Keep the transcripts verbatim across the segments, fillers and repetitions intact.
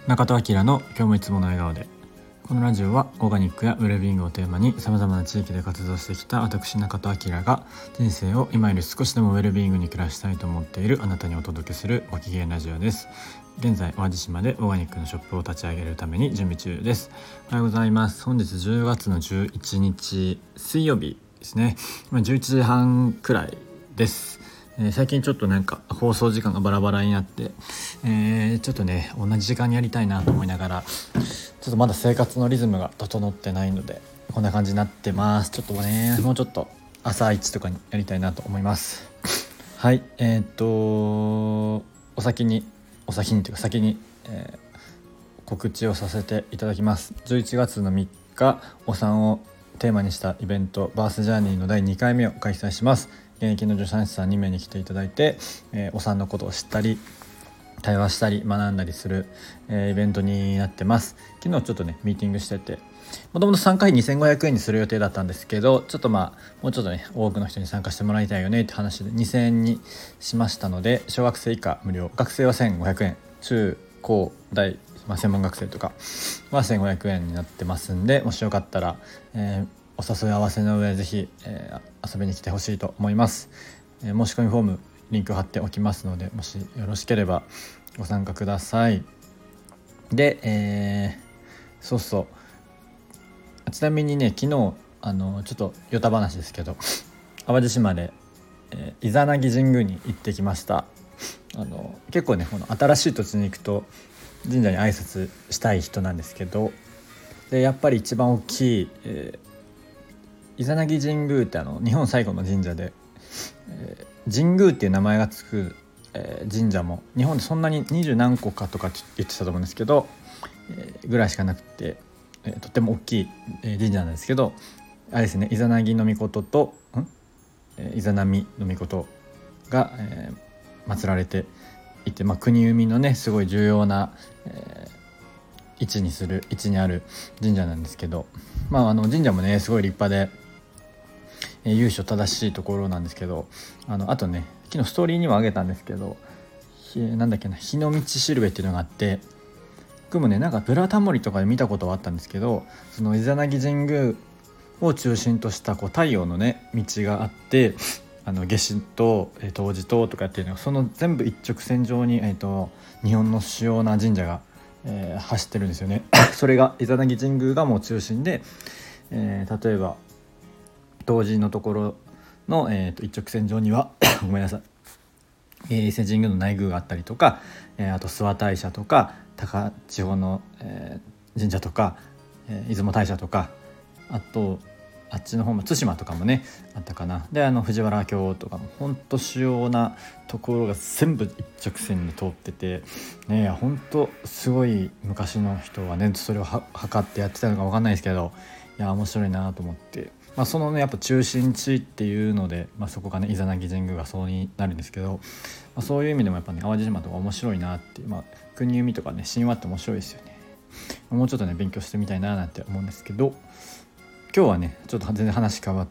中戸明の今日もいつもの笑顔で。このラジオはオーガニックやウェルビーイングをテーマにさまざまな地域で活動してきた私中戸明が人生を今より少しでもウェルビーイングに暮らしたいと思っているあなたにお届けするご機嫌ラジオです。現在淡路島でオーガニックのショップを立ち上げるために準備中です。おはようございます。本日じゅうがつのじゅういちにち水曜日ですね。じゅういちじはんくらいです。えー、最近ちょっとなんか放送時間がバラバラになって、えー、ちょっとね同じ時間にやりたいなと思いながらちょっとまだ生活のリズムが整ってないのでこんな感じになってます。ちょっとねもうちょっと朝一とかにやりたいなと思います。はいえー、っとお先にお先にというか先に、えー、告知をさせていただきます。じゅういちがつのみっかお産をテーマにしたイベントバースジャーニーのだいにかいめを開催します。現役の助産師さんにめいに来ていただいて、えー、お産のことを知ったり対話したり学んだりする、えー、イベントになってます。昨日ちょっとねミーティングしててもともと参加費にせんごひゃくえんにする予定だったんですけどちょっとまあもうちょっとね多くの人に参加してもらいたいよねって話でにせんえんにしましたので小学生以下無料学生はせんごひゃくえん中高大、まあ、専門学生とかはせんごひゃくえんになってますんでもしよかったら、えー、お誘い合わせの上ぜひ、えー、遊びに来てほしいと思います。えー、申し込みフォームリンク貼っておきますのでもしよろしければご参加ください。で、えー、そうそうちなみにね昨日あのちょっとヨタ話ですけど淡路島で、えー、イザナギ神宮に行ってきました。あの結構ねこの新しい土地に行くと神社に挨拶したい人なんですけどでやっぱり一番大きい、えー、イザナギ神宮ってあの日本最古の神社で、えー、神宮っていう名前がつく、えー、神社も日本でそんなに二十何個かとか言ってたと思うんですけど、えー、ぐらいしかなくて、えー、とっても大きい神社なんですけどあれですねイザナギの御事とん、えー、イザナミの御事が、えー、祀られていて、まあ、国生みのねすごい重要な、えー位置にする位置にある神社なんですけど、まあ、あの神社もねすごい立派で、えー、由緒正しいところなんですけど あのあとね昨日ストーリーにもあげたんですけどなんだっけな日の道しるべっていうのがあって僕もねなんかブラタモリとかで見たことはあったんですけどそのイザナギ神宮を中心としたこう太陽のね道があってあの夏至と、えー、冬至ととかっていうのその全部一直線上に、えー、と日本の主要な神社がえー、走ってるんですよねそれがイザナギ神宮がもう中心で、えー、例えば冬至のところの、えー、と一直線上にはごめんなさい、えー、伊勢神宮の内宮があったりとか、えー、あと諏訪大社とか高千穂の、えー、神社とか、えー、出雲大社とかあとあっちの方も対馬とかもねあったかなであの藤原京とかもほんと主要なところが全部一直線に通っててねほんとすごい昔の人はねそれをは測ってやってたのか分かんないですけどいや面白いなと思って、まあ、そのねやっぱ中心地っていうので、まあ、そこがねイザナギ神宮がそうになるんですけど、まあ、そういう意味でもやっぱね淡路島とか面白いなっていう、まあ、国生みとかね神話って面白いですよね。もうちょっとね勉強してみたいななんて思うんですけど今日はねちょっと全然話変わって、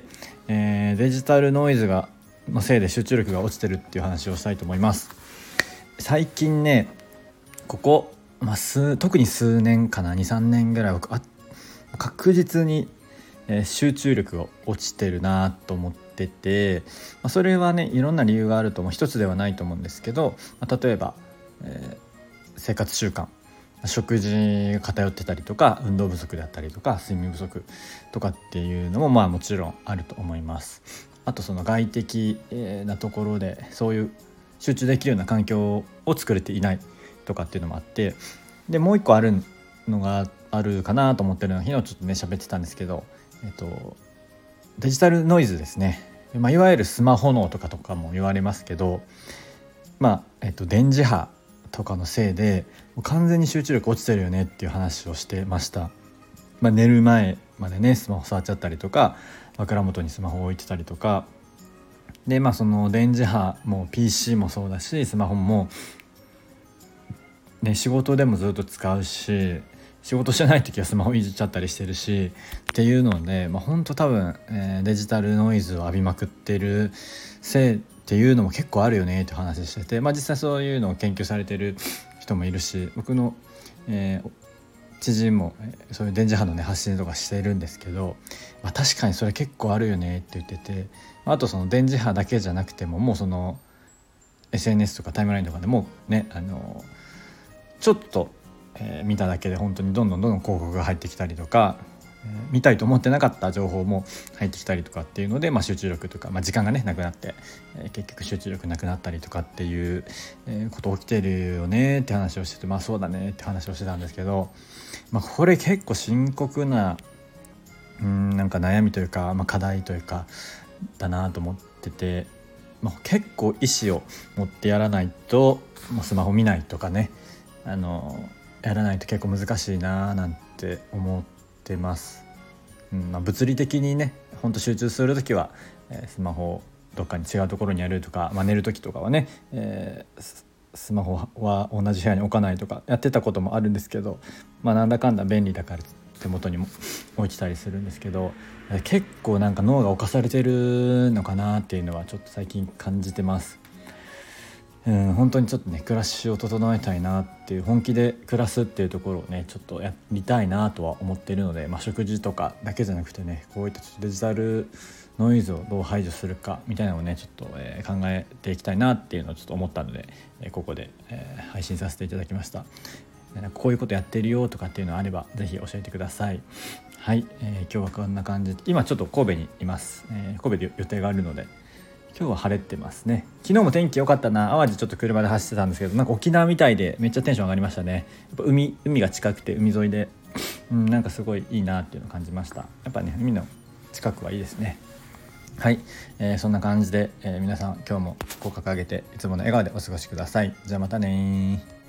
えー、デジタルノイズがのせいで集中力が落ちてるっていう話をしたいと思います。最近ねここ、まあ、数特に数年かな にさんねんぐらい僕あ確実に、えー、集中力が落ちてるなと思ってて、まあ、それはねいろんな理由があると思う一つではないと思うんですけど、まあ、例えば、えー、生活習慣食事が偏ってたりとか運動不足であったりとか睡眠不足とかっていうのもまあもちろんあると思います。あとその外的なところでそういう集中できるような環境を作れていないとかっていうのもあってでもう一個あるのがあるかなと思ってるのを昨日ちょっとね喋ってたんですけど、えっと、デジタルノイズですね、まあ、いわゆるスマホ脳とかとかも言われますけどまあ、えっと、電磁波とかのせいでもう完全に集中力落ちてるよねっていう話をしてました。まあ、寝る前までねスマホ触っちゃったりとか枕元にスマホを置いてたりとかでまあその電磁波も ピーシー もそうだしスマホもね仕事でもずっと使うし仕事してない時はスマホいじっちゃったりしてるしっていうので、まあ、本当多分、えー、デジタルノイズを浴びまくってるせいっていうのも結構あるよねって話してて、まあ、実際そういうのを研究されてる人もいるし僕のえー、知人もそういう電磁波のね発信とかしてるんですけど、まあ、確かにそれ結構あるよねって言ってて、あとその電磁波だけじゃなくてももうその エスエヌエス とかタイムラインとかでもね、あのちょっと、えー、見ただけで本当にどんどんどんどん広告が入ってきたりとか、えー、見たいと思ってなかった情報も入ってきたりとかっていうので、まあ、集中力とか、まあ、時間がねなくなって、えー、結局集中力なくなったりとかっていう、えー、こと起きてるよねって話をしてて、まあそうだねって話をしてたんですけど、まあ、これ結構深刻なうんなんか悩みというか、まあ、課題というかだなと思ってて、まあ、結構意思を持ってやらないと、まあ、スマホ見ないとかね、あのやらないと結構難しいななんて思ってます。うんまあ、物理的にねほんと集中するときは、えー、スマホをどっかに違うところにやるとか、まあ、寝るときとかはね、えー、ス, スマホは同じ部屋に置かないとかやってたこともあるんですけど、まあ、なんだかんだ便利だから手元にも置いてたりするんですけど、結構なんか脳が侵されてるのかなっていうのはちょっと最近感じてます。うん、本当にちょっとね暮らしを整えたいなっていう、本気で暮らすっていうところをねちょっとやりたいなとは思っているので、まあ、食事とかだけじゃなくてね、こういったちょっとデジタルノイズをどう排除するかみたいなのをねちょっと、えー、考えていきたいなっていうのをちょっと思ったので、えー、ここで、えー、配信させていただきました。こういうことやってるよとかっていうのがあればぜひ教えてください。はい、えー、今日はこんな感じで、今ちょっと神戸にいます、えー、神戸で予定があるので今日は晴れてますね。昨日も天気良かったな。淡路ちょっと車で走ってたんですけど、なんか沖縄みたいでめっちゃテンション上がりましたね。やっぱ海海が近くて海沿いで、うん、なんかすごいいいなっていうのを感じました。やっぱね海の近くはいいですね。はい、えー、そんな感じで、えー、皆さん今日も口角上げていつもの笑顔でお過ごしください。じゃあまたね。